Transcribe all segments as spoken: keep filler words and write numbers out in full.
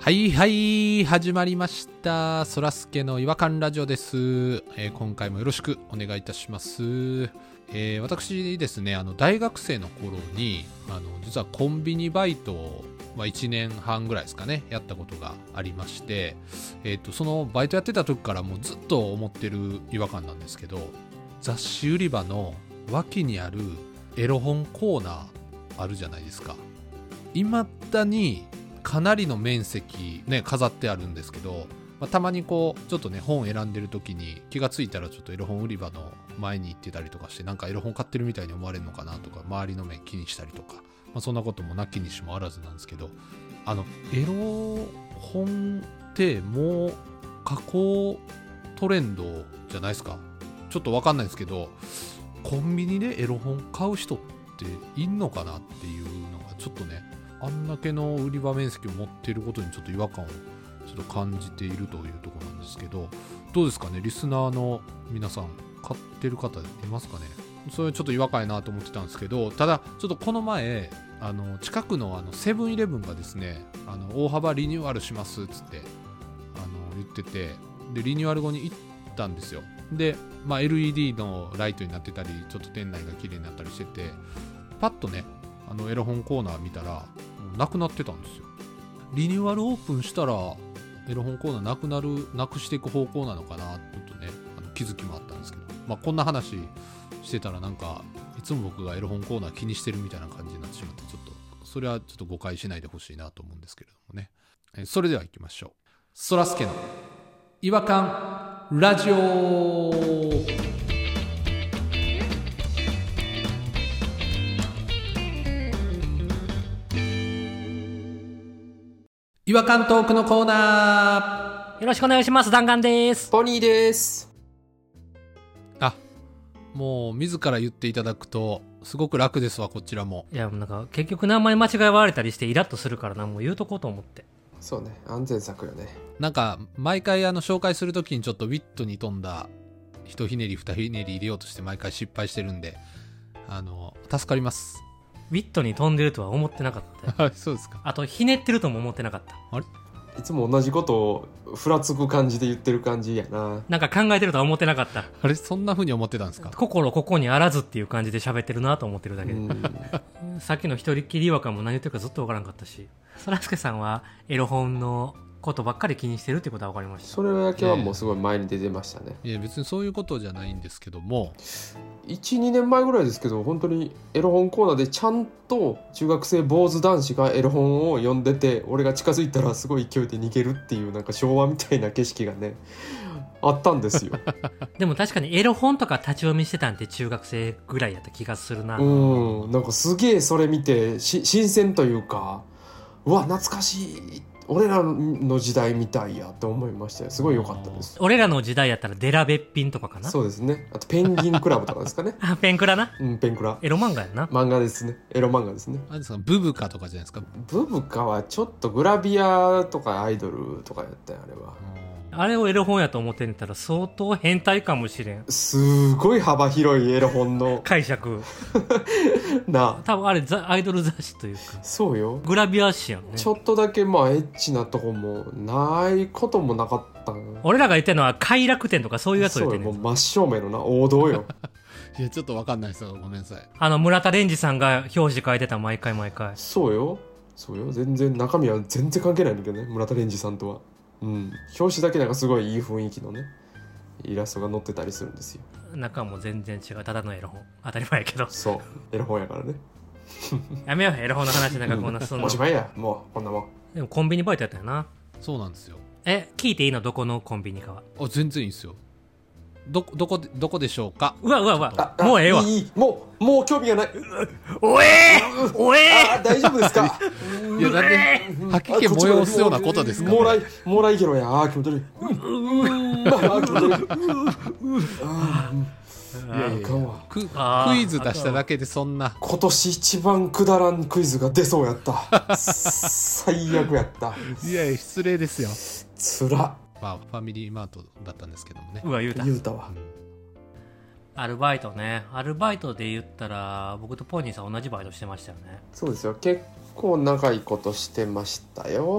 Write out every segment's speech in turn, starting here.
はいはい始まりました。そらすけの違和感ラジオです、えー、今回もよろしくお願いいたします。えー、私ですね、あの大学生の頃にあの実はコンビニバイトを、まあ、いちねんはんぐらいですかねやったことがありまして、えー、とそのバイトやってた時からもうずっと思ってる違和感なんですけど、雑誌売り場の脇にあるエロ本コーナーあるじゃないですか。未だにかなりの面積ね飾ってあるんですけど、まあ、たまにこうちょっとね本選んでる時に気がついたらちょっとエロ本売り場の前に行ってたりとかして、なんかエロ本買ってるみたいに思われるのかなとか、周りの目気にしたりとか、まあ、そんなこともなきにしもあらずなんですけど、あのエロ本ってもう加工トレンドじゃないですか。ちょっと分かんないですけど、コンビニでエロ本買う人っていんのかなっていうのがちょっとね、あんだけの売り場面積を持っていることにちょっと違和感をちょっと感じているというところなんですけど、どうですかね、リスナーの皆さん買ってる方いますかね。それちょっと違和感やなと思ってたんですけど、ただちょっとこの前あの近くのあのセブンイレブンがですね、あの大幅リニューアルしますっつってあの言ってて、でリニューアル後に行ったんですよ。で、まあ、エルイーディー のライトになってたり、ちょっと店内が綺麗になったりしてて、パッとねあのエロ本コーナー見たらなくなってたんですよ。リニューアルオープンしたらエロ本コーナーなくなるなくしていく方向なのかなとね、あの気づきもあったんですけど、まあ、こんな話してたらなんかいつも僕がエロ本コーナー気にしてるみたいな感じになってしまって、ちょっとそれはちょっと誤解しないでほしいなと思うんですけれどもね。えそれでは行きましょう。そらすけの違和感ラジオ。違和感トークのコーナー、 よろしくお願いします。弾丸です。 ポニーです。 あ、もう自ら言っていただくとすごく楽ですわ、こちらも。 いや、なんか結局名前間違えられたりしてイラッとするからな、もう言うとこうと思って。 そうね、安全策よね。 なんか毎回あの紹介するときにちょっとウィットに富んだ一ひねり二ひねり入れようとして毎回失敗してるんで、あの助かります。 ウィットに飛んでるとは思ってなかったそうですか。 あとひねってるとも思ってなかった。 あれ、 いつも同じことをふらつく感じで言ってる感じやな。 なんか考えてるとは思ってなかった。 あれ、そんな風に思ってたんですか。 心ここにあらずっていう感じで喋ってるなと思ってるだけで、 うんさっきの一人っきり違和感も何言ってるかずっとわからんかったし、そらすけさんはエロ本のことばっかり気にしてるってことは分かりました。 それだけはもうすごい前に出てましたね。 いや別にそういうことじゃないんですけども、 いち、にねんまえぐらいですけど、本当にエロ本コーナーでちゃんと中学生坊主男子がエロ本を読んでて、俺が近づいたらすごい勢いで逃げるっていう、なんか昭和みたいな景色がねあったんですよ。 でも確かにエロ本とか立ち読みしてたんって中学生ぐらいやった気がするな。 うん、なんかすげえそれ見てし新鮮というか、うわ懐かしい、俺らの時代みたいやって思いましたよ。すごい良かったです。 俺らの時代やったらデラべっぴんとかかな。 そうですね。あとペンギンクラブとかですかね。 あ、ペンクラな。 うん、ペンクラ。 エロ漫画やな。 漫画ですね。エロ漫画ですね。 あれですか、ブブカとかじゃないですか。 ブブカはちょっとグラビアとかアイドルとかやったよ、あれは。 あれをエロ本やと思ってんたら相当変態かもしれん。 すごい幅広いエロ本の解釈な。 多分あれザアイドル雑誌というかそうよ。 グラビア誌やんね。 ちょっとだけまあエッチなとこもないこともなかったん。 俺らが言ってるのは快楽天とかそういうやつを言ってんねん。 そうよ、もう真正面のな王道よ。 いやちょっと分かんないですよ、ごめんなさい。 あの村田蓮司さんが表紙書いてた、毎回毎回。 そうよそうよ、全然中身は全然関係ないんだけどね、村田蓮司さんとは。うん、表紙だけなんかすごいいい雰囲気のねイラストが載ってたりするんですよ。 中も全然違う、ただのエロ本。当たり前やけど。 そうエロ本やからね。 やめよう、エロ本の話なんかこんなすんの。 おしまいや、もうこんなもん。 でもコンビニバイトやったよな。 そうなんですよ。 え、聞いていいの、どこのコンビニかは。 あ、全然いいですよ。どどこでどこでしょうか。 うわうわうわ、 あもうええわ。 いいいい、もうもう興味がない。 おえーおえあ大丈夫ですか。 いやなんで吐き気催すようなことですか。 もらいもらいけろや。あー気持ち悪い。うんあー気持ち悪い。あーいやいやいや、 あかんわ。 クあークイズ出しただけでそんな。 今年一番くだらんクイズが出そうやった。最悪やった。 いやいや失礼ですよ。 つら。 まあファミリーマートだったんですけどもね。 うわ言うた。 言うたわ。 アルバイトね。アルバイトで言ったら僕とポニーさん同じバイトしてましたよね。 そうですよ、結構長いことしてましたよ。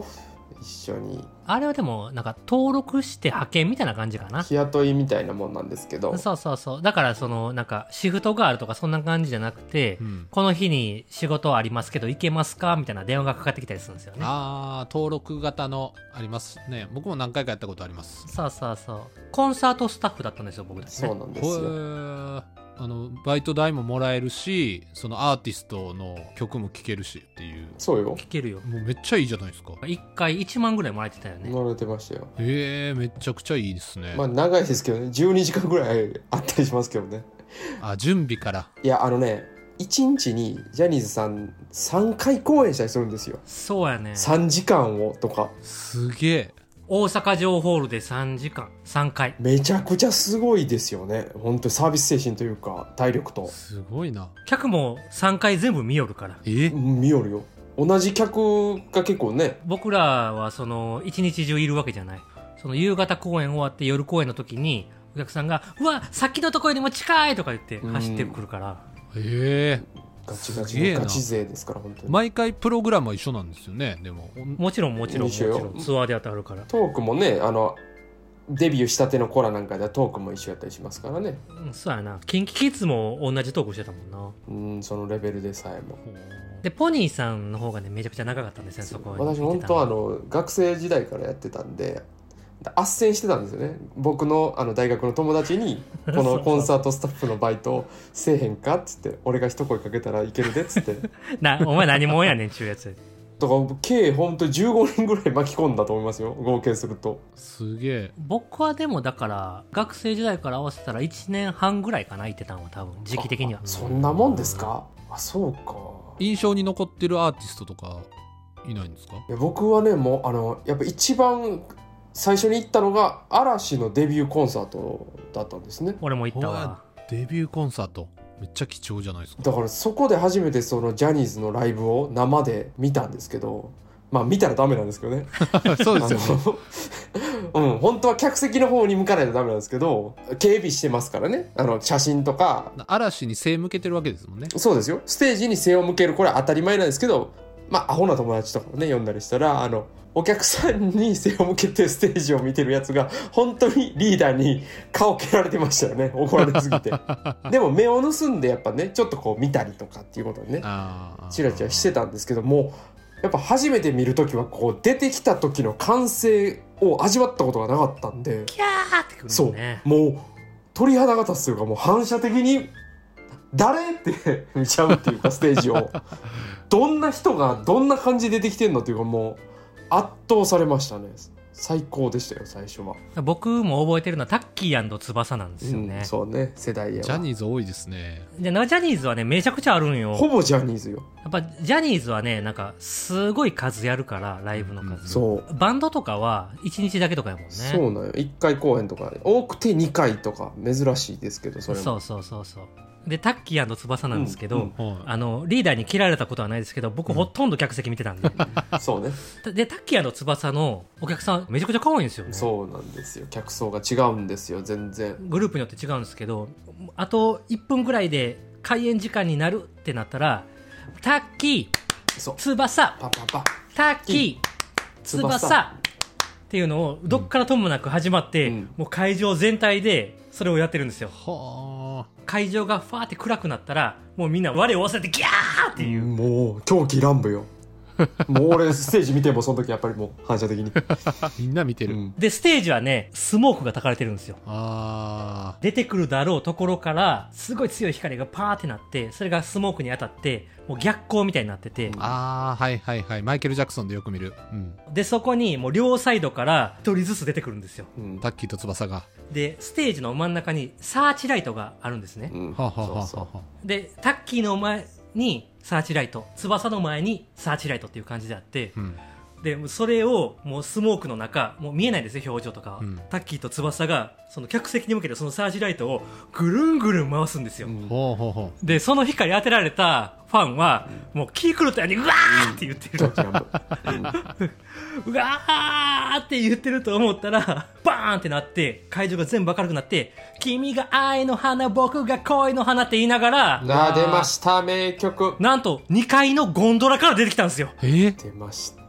一緒にあれはでもなんか登録して派遣みたいな感じかな。 日雇いみたいなもんなんですけど、 そうそうそう。だからそのなんかシフトがあるとかそんな感じじゃなくて、 うん、 この日に仕事ありますけど行けますかみたいな電話がかかってきたりするんですよね。 ああ、登録型のありますね。僕も何回かやったことあります。 そうそうそう。コンサートスタッフだったんですよ僕たちね。 そうなんですよ。 あのバイト代ももらえるし、そのアーティストの曲も聴けるしっていう。 そうよ。 聞けるよ。 もうめっちゃいいじゃないですか。 いっかいいちまんぐらいもらえてたよね。 もらえてましたよ。 えー、めちゃくちゃいいですね。 まあ長いですけどね、じゅうにじかんぐらいあったりしますけどね。 あ、準備から。 いやあのね、いちにちにジャニーズさんさんかい公演したりするんですよ。 そうやね。 さんじかんをとか。 すげえ。 大阪城ホールでさんじかんさんかい。 めちゃくちゃすごいですよね。本当にサービス精神というか体力と。 すごいな。 客もさんかい全部見よるから。 え見よるよ。同じ客が結構ね。 僕らはその一日中いるわけじゃない。その夕方公演終わって夜公演の時にお客さんがうわさっきのとこよりも近いとか言って走ってくるから。 ええー、 ガチガチのガチ勢ですから本当に。 毎回プログラムは一緒なんですよね。でももちろんもちろんもちろんツアーで当たるから。 トークもね、あのデビューしたてのコラなんかではトークも一緒やったりしますからね。 うん、そうやな。キンキキッズも同じトークしてたもんな。 うん、そのレベルでさえも。 でポニーさんの方がねめちゃくちゃ長かったんですよ。そこ私本当あの学生時代からやってたんで斡旋してたんですよね。僕のあの大学の友達にこのコンサートスタッフのバイトせえへんかっつって、俺が一声かけたらいけるでっつってなお前何者やねんちゅうやつだから計本当にじゅうごにんぐらい巻き込んだと思いますよ、合計すると。 すげえ。 僕はでもだから学生時代から合わせたらいちねんはんぐらいかな、行ってたのは多分時期的には。 そんなもんですか。あ、そうか。 印象に残ってるアーティストとかいないんですか。 いや僕はねもうあのやっぱ一番最初に行ったのが嵐のデビューコンサートだったんですね。 俺も行ったわ。 デビューコンサートめっちゃ貴重じゃないですか。 だからそこで初めてそのジャニーズのライブを生で見たんですけど、まあ見たらダメなんですけどねそうですよねうん、本当は客席の方に向かないとダメなんですけど、警備してますからね、あの写真とか。 嵐に背向けてるわけですもんね。 そうですよ、ステージに背を向ける、これは当たり前なんですけど、まあアホな友達とかもね呼んだりしたら、あのお客さんに背を向けてステージを見てるやつが本当にリーダーに顔蹴られてましたよね、怒られすぎてでも目を盗んでやっぱねちょっとこう見たりとかっていうことでねチラチラしてたんですけども、やっぱ初めて見るときはこう出てきた時の歓声を味わったことがなかったんで、 キャーってくるもんね。 そう、もう鳥肌が立つというか、もう反射的に誰って見ちゃうっていうか、ステージをどんな人がどんな感じで出てきてんのっていうか、もう圧倒されましたね。最高でしたよ最初は。 僕も覚えてるのはタッキー&翼なんですよね、 うん、そうね、世代やわ。 ジャニーズ多いですね。 でジャニーズはねめちゃくちゃあるんよ。 ほぼジャニーズよ。 やっぱジャニーズはねなんかすごい数やるから、ライブの数、うん、 そうバンドとかはいちにちだけとかやもんね。 そうなんよ、いっかい公演とか多くてにかいとか珍しいですけど、それもそうそうそうそう。でタッキー&翼なんですけど、 うんうん、 あのリーダーに切られたことはないですけど、僕ほとんど客席見てたんで、 うん、そうね。 でタッキー&翼のお客さんめちゃくちゃ可愛いんですよね。 そうなんですよ、客層が違うんですよ全然。 グループによって違うんですけど、あといっぷんぐらいで開演時間になるってなったら、タッキーそう翼パパパタッキー翼っていうのをどっからともなく始まって、うん、もう会場全体でそれをやってるんですよ。 はあ。 会場がファーって暗くなったらもうみんな我を忘れてギャーっていう、 うん、もう狂気乱舞よもう俺ステージ見てもその時やっぱりもう反射的にみんな見てる、 うん、でステージはねスモークが焚かれてるんですよ。 あ出てくるだろうところからすごい強い光がパーってなって、それがスモークに当たってもう逆光みたいになってて、 あーはいはいはい、マイケル・ジャクソンでよく見る、うん、 でそこにもう両サイドから一人ずつ出てくるんですよ、 うん、 タッキーと翼が。 でステージの真ん中にサーチライトがあるんですね、 うん、 ははははは。 そうそう。 でタッキーの前にサーチライト、翼の前にサーチライトっていう感じであって、うん、でそれをもうスモークの中もう見えないですよ表情とかは、うん、タッキーと翼がその客席に向けてそのサーチライトをぐるんぐるん回すんですよ、うん、でその光当てられたファンは、うん、もう気狂ったようにうわーって言ってる、うんうわーって言ってると思ったらバーンってなって会場が全部明るくなって、君が愛の花僕が恋の花って言いながら、 な出ました名曲、 なんとにかいのゴンドラから出てきたんですよ。 えー、 出ました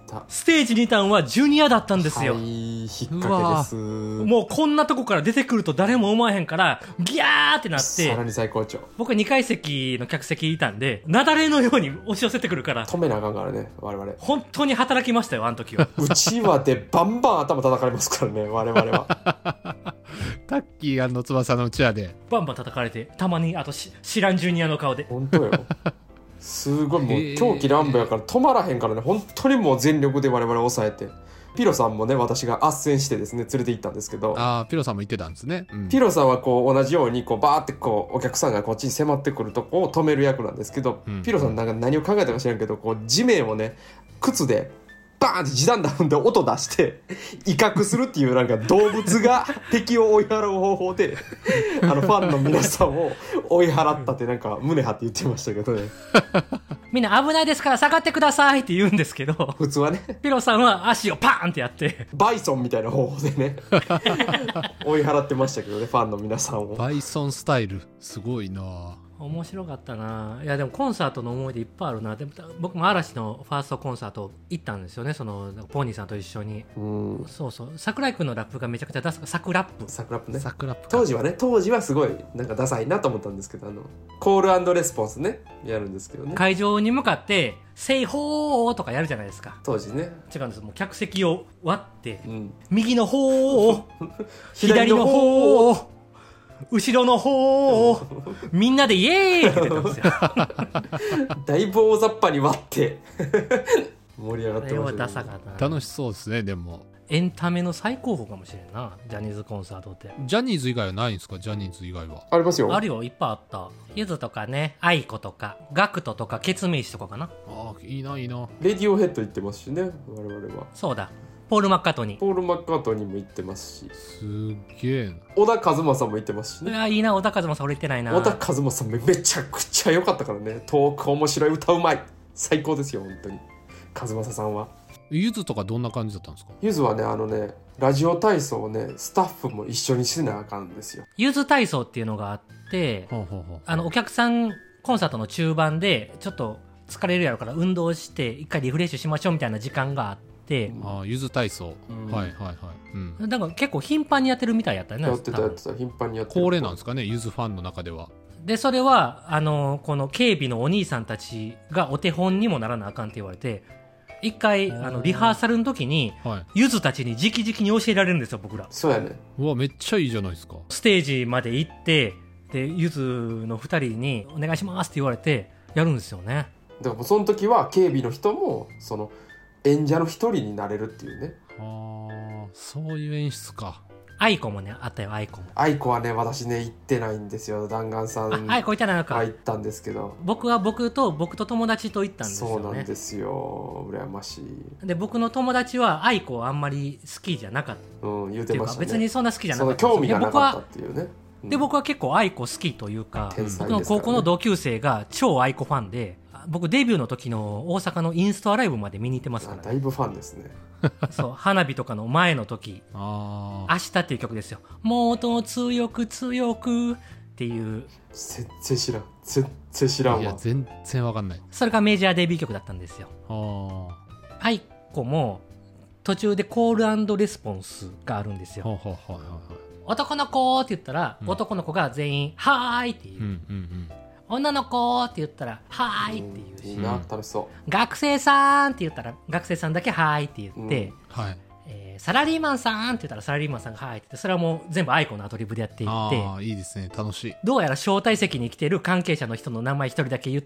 ステージにたんはジュニアだったんですよ。 はい、引っ掛けです。 もうこんなとこから出てくると誰も思わへんからギャーってなって、 さらに最高潮。 僕はにかい席の客席にいたんで、雪崩のように押し寄せてくるから止めなあかんからね、我々。 本当に働きましたよ、あの時は。 うちわでバンバン頭叩かれますからね、我々は。 タッキー&翼のうちわでバンバン叩かれて、たまにあとし知らんジュニアの顔で。 本当よ。すごいもう狂気乱舞やから止まらへんからね、本当にもう全力で我々抑えて。ピロさんもね、私が斡旋してですね連れて行ったんですけど、 ああピロさんも言ってたんですね、うん、 ピロさんはこう同じようにこうバーってこうお客さんがこっちに迫ってくるとこを止める役なんですけど、うん、ピロさんなんか何を考えたか知らんけど、こう地面をね靴でバーンって地団打踏んで音出して威嚇するっていうなんか動物が敵を追い払う方法であのファンの皆さんを追い払ったってなんか胸張って言ってましたけどね。 みんな危ないですから下がってくださいって言うんですけど、 普通はねピロさんは足をパーンってやってバイソンみたいな方法でね追い払ってましたけどね、ファンの皆さんを。 バイソンスタイルすごいな。 面白かったな。いやでもコンサートの思い出いっぱいあるな。でも僕も嵐のファーストコンサート行ったんですよね、そのポニーさんと一緒に。うん、そうそう、桜井くんのラップがめちゃくちゃダサ、サクラップサクラップね。 サクラップ当時はね、当時はすごいなんかダサいなと思ったんですけど、あのコール&レスポンスねやるんですけどね、 会場に向かってセイホーとかやるじゃないですか。 当時ね。 違うんです、もう客席を割って、うん、右の方を左の方を後ろの方をみんなでイエーイって言ってたんですよ。 だいぶ大雑把に割って盛り上がってましたね。 ダサかった。 楽しそうですね。でもエンタメの最高峰かもしれんな、ジャニーズコンサートって。 ジャニーズ以外はないんですか？ジャニーズ以外はありますよ。 あるよ、いっぱいあった。ゆずとかね、アイコとかガクトとかケツメイシとかかな。 ああいいないいな。 レディオヘッド行ってますしね、我々は。 そうだ、ポール・マッカートニーポール・マッカートニーも行ってますし、 すげえな。 小田和正も行ってますしね。 うわいいな、小田和正俺行ってないな。 小田和正もめちゃくちゃ良かったからね。トーク面白い、歌うまい、最高ですよ本当に和正さんは。 ゆずとかどんな感じだったんですか？ ゆずはね、あのねラジオ体操をねスタッフも一緒にしなあかんですよ。 ゆず体操っていうのがあって、ほうほうほう、あのお客さんコンサートの中盤でちょっと疲れるやろから運動して一回リフレッシュしましょうみたいな時間があって、 ああゆず体操、うん、はいはいはい、 うん、だから結構頻繁にやってるみたいやったね。 やってたやってた、頻繁にやってる。 恒例なんですかね、ゆずファンの中では。 でそれはあのこの警備のお兄さんたちがお手本にもならなあかんって言われて、一回あのリハーサルの時に、はい、ゆずたちに直々に教えられるんですよ僕ら。 そうやね。 うわめっちゃいいじゃないですか。 ステージまで行ってでゆずのふたりにお願いしますって言われてやるんですよね。 だからその時は警備の人もその演者の一人になれるっていうね。 ああそういう演出か。 アイコもねあったよ。アイコもアイコはね私ね行ってないんですよ。弾丸さんアイコ行ってないのか。 行ったんですけど、 僕は僕と僕と友達と行ったんですよね。 そうなんですよ、羨ましい。 で僕の友達はアイコあんまり好きじゃなかった、 うん、言うてましたね。 別にそんな好きじゃなかった。 その興味がなかったっていうね。 で僕は結構アイコ好きというか、ね、僕の高校の同級生が超アイコファンで、僕デビューの時の大阪のインストアライブまで見に行ってますから、ね、 だいぶファンですね。 そう花火とかの前の時あ明日っていう曲ですよ。もっと強く強くっていう。 全然知らん全然知らんわ。 いや全然わかんない。 それがメジャーデビュー曲だったんですよ。あアイコも途中でコール&レスポンスがあるんですよ。はははは男の子って言ったら、うん、男の子が全員はーいって言う、うんうんうん、女の子って言ったらはーいって言うし、 いいな、楽しそう。 学生さんって言ったら学生さんだけはーいって言って、 うんはいえー、サラリーマンさんって言ったらサラリーマンさんがはーいって言って、それはもう全部アイコのアドリブでやっていって、 あいいですね、楽しい。 どうやら招待席に来てる関係者の人の名前一人だけ言って、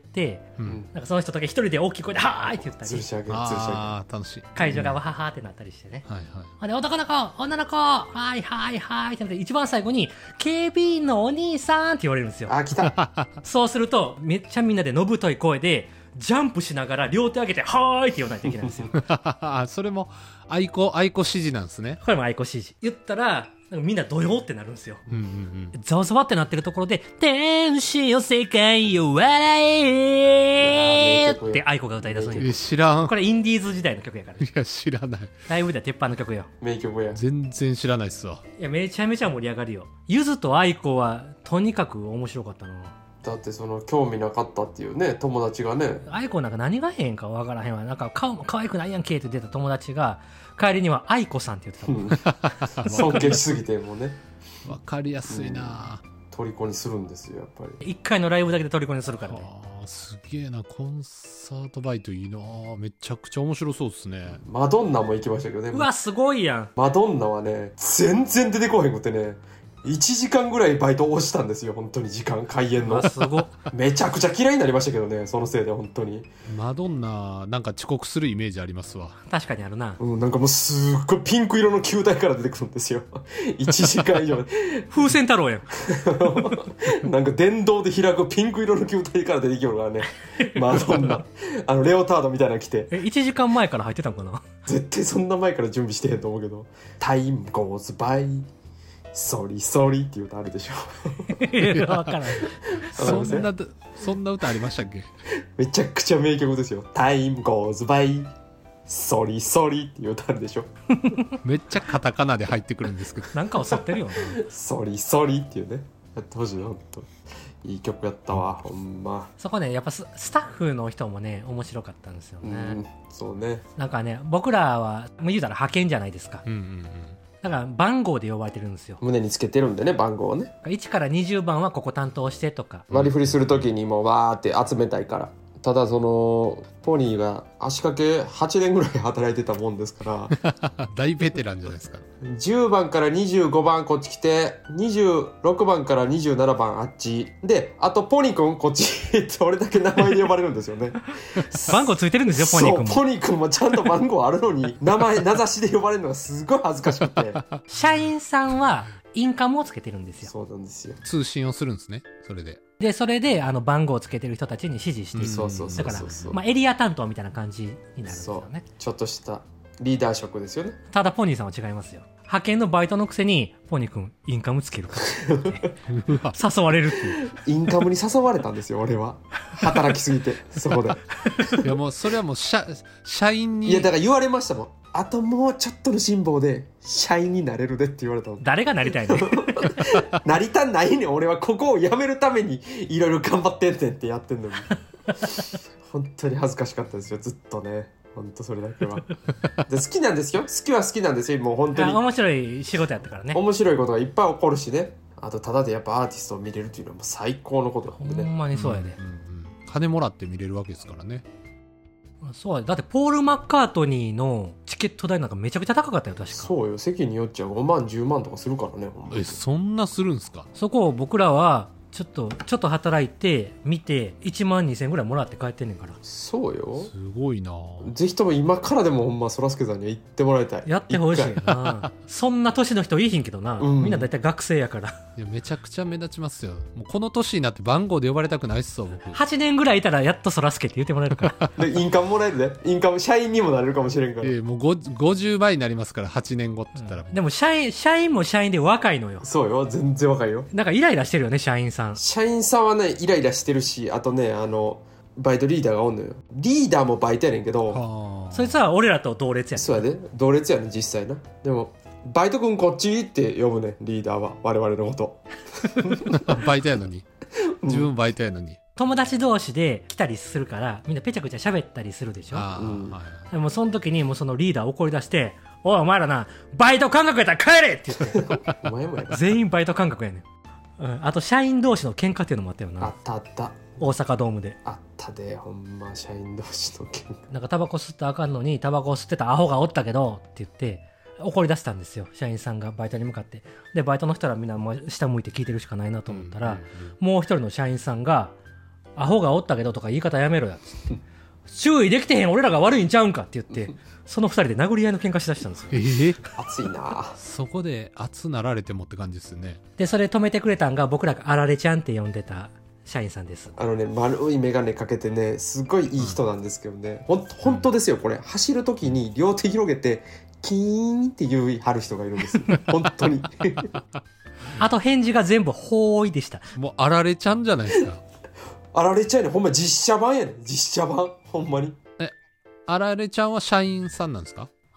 うん、なんかその人だけ一人で大きい声ではーいって言ったり、 吊るし上げ吊るし上げ、 あ楽しい。 会場がわははってなったりしてね、 うんはいはい、 で男の子女の子はいはいはいってなって、一番最後に警備員のお兄さんって言われるんですよ。 あ来たそうするとめっちゃみんなでのぶとい声でジャンプしながら両手上げてはーいって言わないといけないんですよ。 それもアイコアイコ指示なんですね。 これもアイコ指示言ったらみんなドヨーってなるんですよ、うんうんうん、ざわざわってなってるところで天使よ世界を笑えってアイコが歌い出すんよ。 知らん。 これインディーズ時代の曲やから。 いや知らない。 ライブでは鉄板の曲よ。 名曲や。 全然知らないっすわ。 いやめちゃめちゃ盛り上がるよ。ゆずとアイコはとにかく面白かったな。 だってその興味なかったっていうね友達がね、 アイコなんか何が変か分からへんわ。なんか顔も可愛くないやんけって出た友達が帰りにはアイコさんって言ってたもん。 うん、尊敬しすぎてもうねわかりやすいな、 うん虜にするんですよやっぱり。 一回のライブだけで虜にするからね。 あすげえな、コンサートバイトいいな、めちゃくちゃ面白そうですね。 マドンナも行きましたけどね。 うわすごいやん。 マドンナはね全然出てこへんくてね、いちじかんぐらいバイト押したんですよ本当に。時間開演のすごめちゃくちゃ嫌いになりましたけどねそのせいで本当に。 マドンナなんか遅刻するイメージありますわ。 確かにあるな、 うん、なんかもうすっごいピンク色の球体から出てくるんですよいちじかん以上風船太郎やんなんか電動で開くピンク色の球体から出てきよるからねマドンナあのレオタードみたいなの着て。 えいちじかんまえから入ってたんかな。 絶対そんな前から準備してへんと思うけど「Time goes by sorry sorry」っていう歌あるでしょいや分からん。 そんなそんな歌ありましたっけ？ めちゃくちゃ名曲ですよ。「Time goes by sorry sorry」っていう歌あるでしょめっちゃカタカナで入ってくるんですけどなんかを沿ってるよな sorry sorry っていうねやってほしいな。ほんといい曲やったわほんま。 そこねやっぱススタッフの人もね面白かったんですよね。 うんそうね。 なんかね僕らはもう言うたら派遣じゃないですか。 うんうんうんだから番号で呼ばれてるんですよ。 胸につけてるんでね番号をね。 いちからにじゅうばんはここ担当してとか。 割り振りするときにもうわーって集めたいから。ただそのポニーが足掛けはちねんぐらい働いてたもんですから大ベテランじゃないですか。 じゅうばんからにじゅうごばんこっち来てにじゅうろくばんからにじゅうななばんあっちで、あとポニーくんこっちって俺だけ名前で呼ばれるんですよね番号ついてるんですよポニーくんも。 そうポニーくんもちゃんと番号あるのに名前名指しで呼ばれるのがすごい恥ずかしくて社員さんはインカムをつけてるんですよ。 そうなんですよ。 通信をするんですねそれで。 でそれであの番号をつけてる人たちに指示していく。 そうそうそうだからそうそう、 まあ、エリア担当みたいな感じになるんですよね。 ちょっとしたリーダー職ですよね。 ただポニーさんは違いますよ。派遣のバイトのくせにポニー君インカムつけるからって誘われるっていうインカムに誘われたんですよ俺は。働きすぎてそこで。 いやもうそれはもう社社員に。 いやだから言われましたもん。あともうちょっとの辛抱で社員になれるでって言われたの。 誰がなりたいのなりたないねん俺は。ここを辞めるためにいろいろ頑張ってんねんってやってんのに本当に恥ずかしかったですよずっとね。本当それだけはで好きなんですよ。好きは好きなんですよもう本当に。 面白い仕事やったからね。 面白いことがいっぱい起こるしね。あとただでやっぱアーティストを見れるっていうのはもう最高のことなんでね。 ほんまにそうやで、 うんうんうん、金もらって見れるわけですからね。 そうやだってポール・マッカートニーのチケット代なんかめちゃくちゃ高かったよ確か。 そうよ席によっちゃごまんじゅうまんとかするからねほんまに。 えそんなするんすか。 そこを僕らはちょっとちょっと働いて見ていちまんにせんえんぐらいもらって帰ってんねんから。 そうよ。 すごいな。 ぜひとも今からでもほんまそらすけさんには行ってもらいたい。 やってほしいなそんな年の人いいひんけどな、うん、みんなだいたい学生やから。 いやめちゃくちゃ目立ちますよ。もうこの年になって番号で呼ばれたくないっすよ僕。 はちねんぐらいいたらやっとそらすけって言ってもらえるからでインカムもらえるで。インカム社員にもなれるかもしれんから。 えー、もうごじゅうばいになりますからはちねんごって言ったら、 うん、でも社員社員も社員で若いのよ。 そうよ全然若いよ。 なんかイライラしてるよね社員さん。 社員さんはねイライラしてるし、あとねあのバイトリーダーがおんのよ。リーダーもバイトやねんけどそいつは俺らと同列やねん。 そうやで同列やねん実際な。でもバイト君こっちって呼ぶねんリーダーは我々のことバイトやのに自分バイトやのに、うん、 友達同士で来たりするからみんなペチャクチャ喋ったりするでしょ。 あ、うんはい、 でもその時にもうそのリーダー怒り出しておいお前らなバイト感覚やったら帰れって言ってお前もや全員バイト感覚やねん、うん、あと社員同士の喧嘩っていうのもあったよな。 あったあった大阪ドームであったでほんま社員同士の喧嘩。 なんかタバコ吸ったらあかんのにタバコ吸ってたアホがおったけどって言って怒り出したんですよ社員さんがバイトに向かって。でバイトの人らみんなもう下向いて聞いてるしかないなと思ったら、うんうんうん、もう一人の社員さんがアホがおったけどとか言い方やめろやっつって注意できてへん俺らが悪いんちゃうんかって言ってその二人で殴り合いの喧嘩しだしたんですよ。 えー、 熱いなそこで熱なられてもって感じですね。 でそれ止めてくれたんが僕らがあられちゃんって呼んでた社員さんです。 あのね丸い眼鏡かけてねすごいいい人なんですけどね、うん、ほん本当ですよこれ走る時に両手広げてキーンって言い張る人がいるんです本当にあと返事が全部ほーいでした。 もうあられちゃんじゃないですかあられちゃんねほんま実写版やね実写版ほんまに。 えあられちゃんは社員さんなんですか。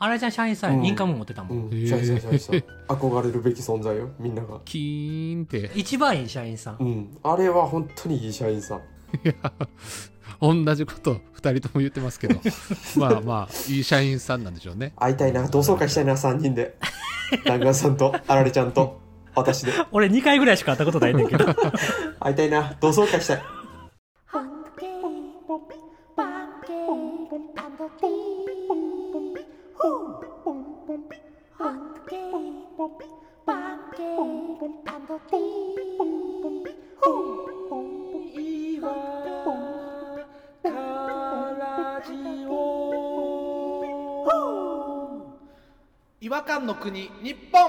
あれじゃん社員さん、うん、インカム持ってたもん、 うん、社員さん社員さん憧れるべき存在よみんながキーンって一番いい社員さん、 うん、あれは本当にいい社員さん。 いや同じことふたりとも言ってますけどまあまあいい社員さんなんでしょうね。 会いたいな、同窓会したいな、さんにんで弾丸さんとあられちゃんと私で俺にかいぐらいしか会ったことないんだけど会いたいな、同窓会したい。 違和感の国日本。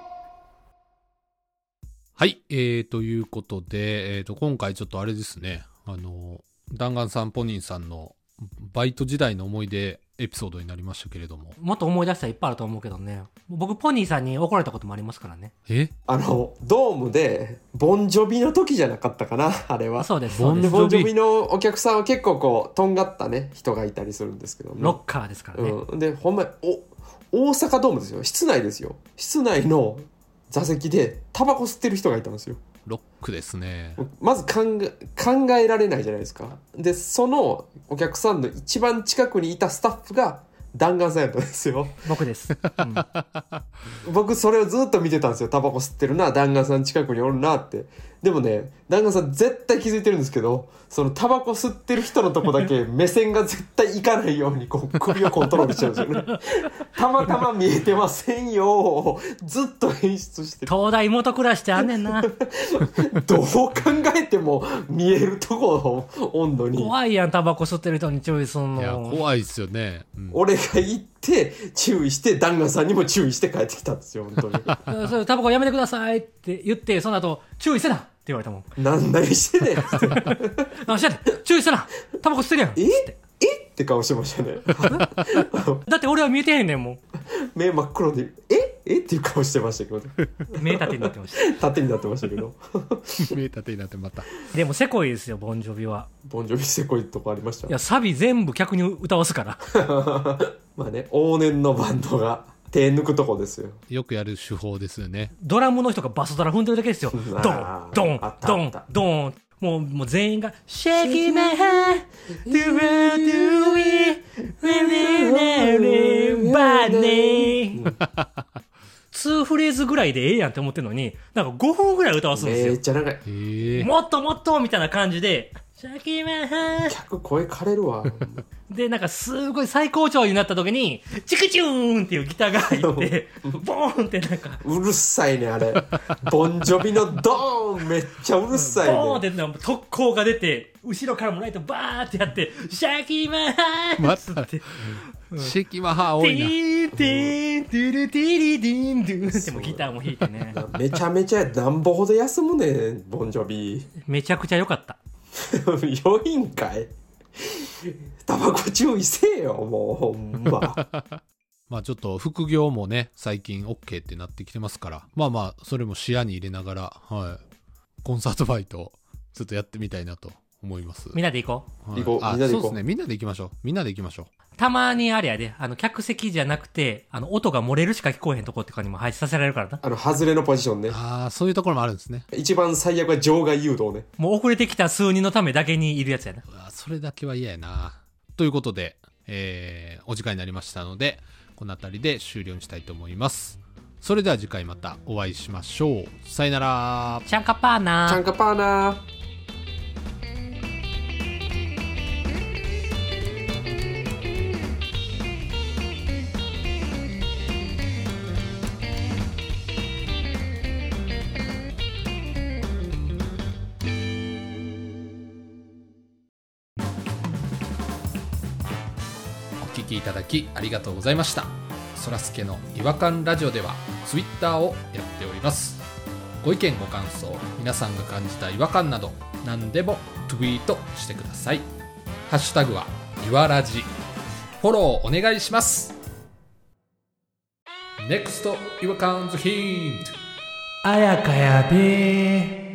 はい、えー、ということで、えー、と今回ちょっとあれですね、あの弾丸さんポニーさんのバイト時代の思い出エピソードになりましたけれども、 もっと思い出したらいっぱいあると思うけどね。僕ポニーさんに怒られたこともありますからね。 えあのドームでボンジョビの時じゃなかったかな、あれは。 そうですそうです。ボンジョビのお客さんは結構こうとんがったね人がいたりするんですけど、ね、 ロッカーですからね、 うん、でほんまお大阪ドームですよ、室内ですよ、室内の座席でタバコ吸ってる人がいたんですよ。 ロックですね。 まず考え、考えられないじゃないですか。でそのお客さんの一番近くにいたスタッフが弾丸さんやったんですよ。 僕です、うん、 僕それをずっと見てたんですよ。タバコ吸ってるな、弾丸さん近くにおるなって。でもね、弾丸さん絶対気づいてるんですけど、そのタバコ吸ってる人のとこだけ目線が絶対いかないようにこう首をコントロールしちゃうんですよねたまたま見えてませんよずっと演出してる。 東大元暮らしってあんねんなどう考えても見えるとこ温度に怖いやん、タバコ吸ってる人に注意すんの。 いや怖いですよね、 うん、俺が行って注意して弾丸さんにも注意して帰ってきたんですよ本当にそれタバコやめてくださいって言って、その後注意せなって言われたもん。 何何してねん何してんねん、注意せな、タバコ吸ってるやん。 ええって顔してましたねだって俺は見えてへんねんもん。 目真っ黒でええっていう顔してましたけど目縦になってました縦になってましたけど目縦になってまた。 でもせこいですよボンジョビは。 ボンジョビせこいとこありました。 いやサビ全部客に歌わすからまあね、往年のバンドが手抜くとこですよ。 よくやる手法ですよね。 ドラムの人がバスドラ踏んでるだけですよ。ドンドンドンドン、もうもう全員が Shaking my head to do it body にフレーズぐらいでええやんって思ってるのに、なんかごふんぐらい歌わすんですよ。 めっちゃ長い、 えー、 もっともっとみたいな感じでShaking my head、 客声枯れるわでなんかすごい最高潮になった時にチクチューンっていうギターが入ってボーンってなんかうるさいねあれボンジョビのドーンめっちゃうるさいね。 ボーンってなんか特攻が出て後ろからもライトバーってやってシャキマハまたってシェキマハ多いな。 ティーティーティルティリディンドゥってもギターも弾いてねめちゃめちゃなんぼほど休むねんボンジョビ。 めちゃくちゃ良かった良いんかいタバコ注意せえよもうほんままあちょっと副業もね最近 OK ってなってきてますから、まあまあそれも視野に入れながら、はい、コンサートバイトちょっとやってみたいなと思います。 みんなで行こう、はい、行こう、みんなで行こう。 そうですね、みんなで行きましょう。みんなで行きましょう。 たまにあれやで、あの客席じゃなくてあの音が漏れるしか聞こえへんとこってかにも配置させられるからな。 あの外れのポジションね。 ああそういうところもあるんですね。 一番最悪は場外誘導ね。 もう遅れてきた数人のためだけにいるやつやな。 うわそれだけは嫌やな。ということで、えー、お時間になりましたのでこの辺りで終了にしたいと思います。それでは次回またお会いしましょう。さよなら。 チャンカパーナー。 チャンカパーナー。 お聞きいただきありがとうございました。そらすけの違和感ラジオではツイッターをやっております。ご意見ご感想、皆さんが感じた違和感など何でもツイートしてください。ハッシュタグはいわらじ。フォローお願いします。 ネクスト 違和感ズヒント。 あやかやべー。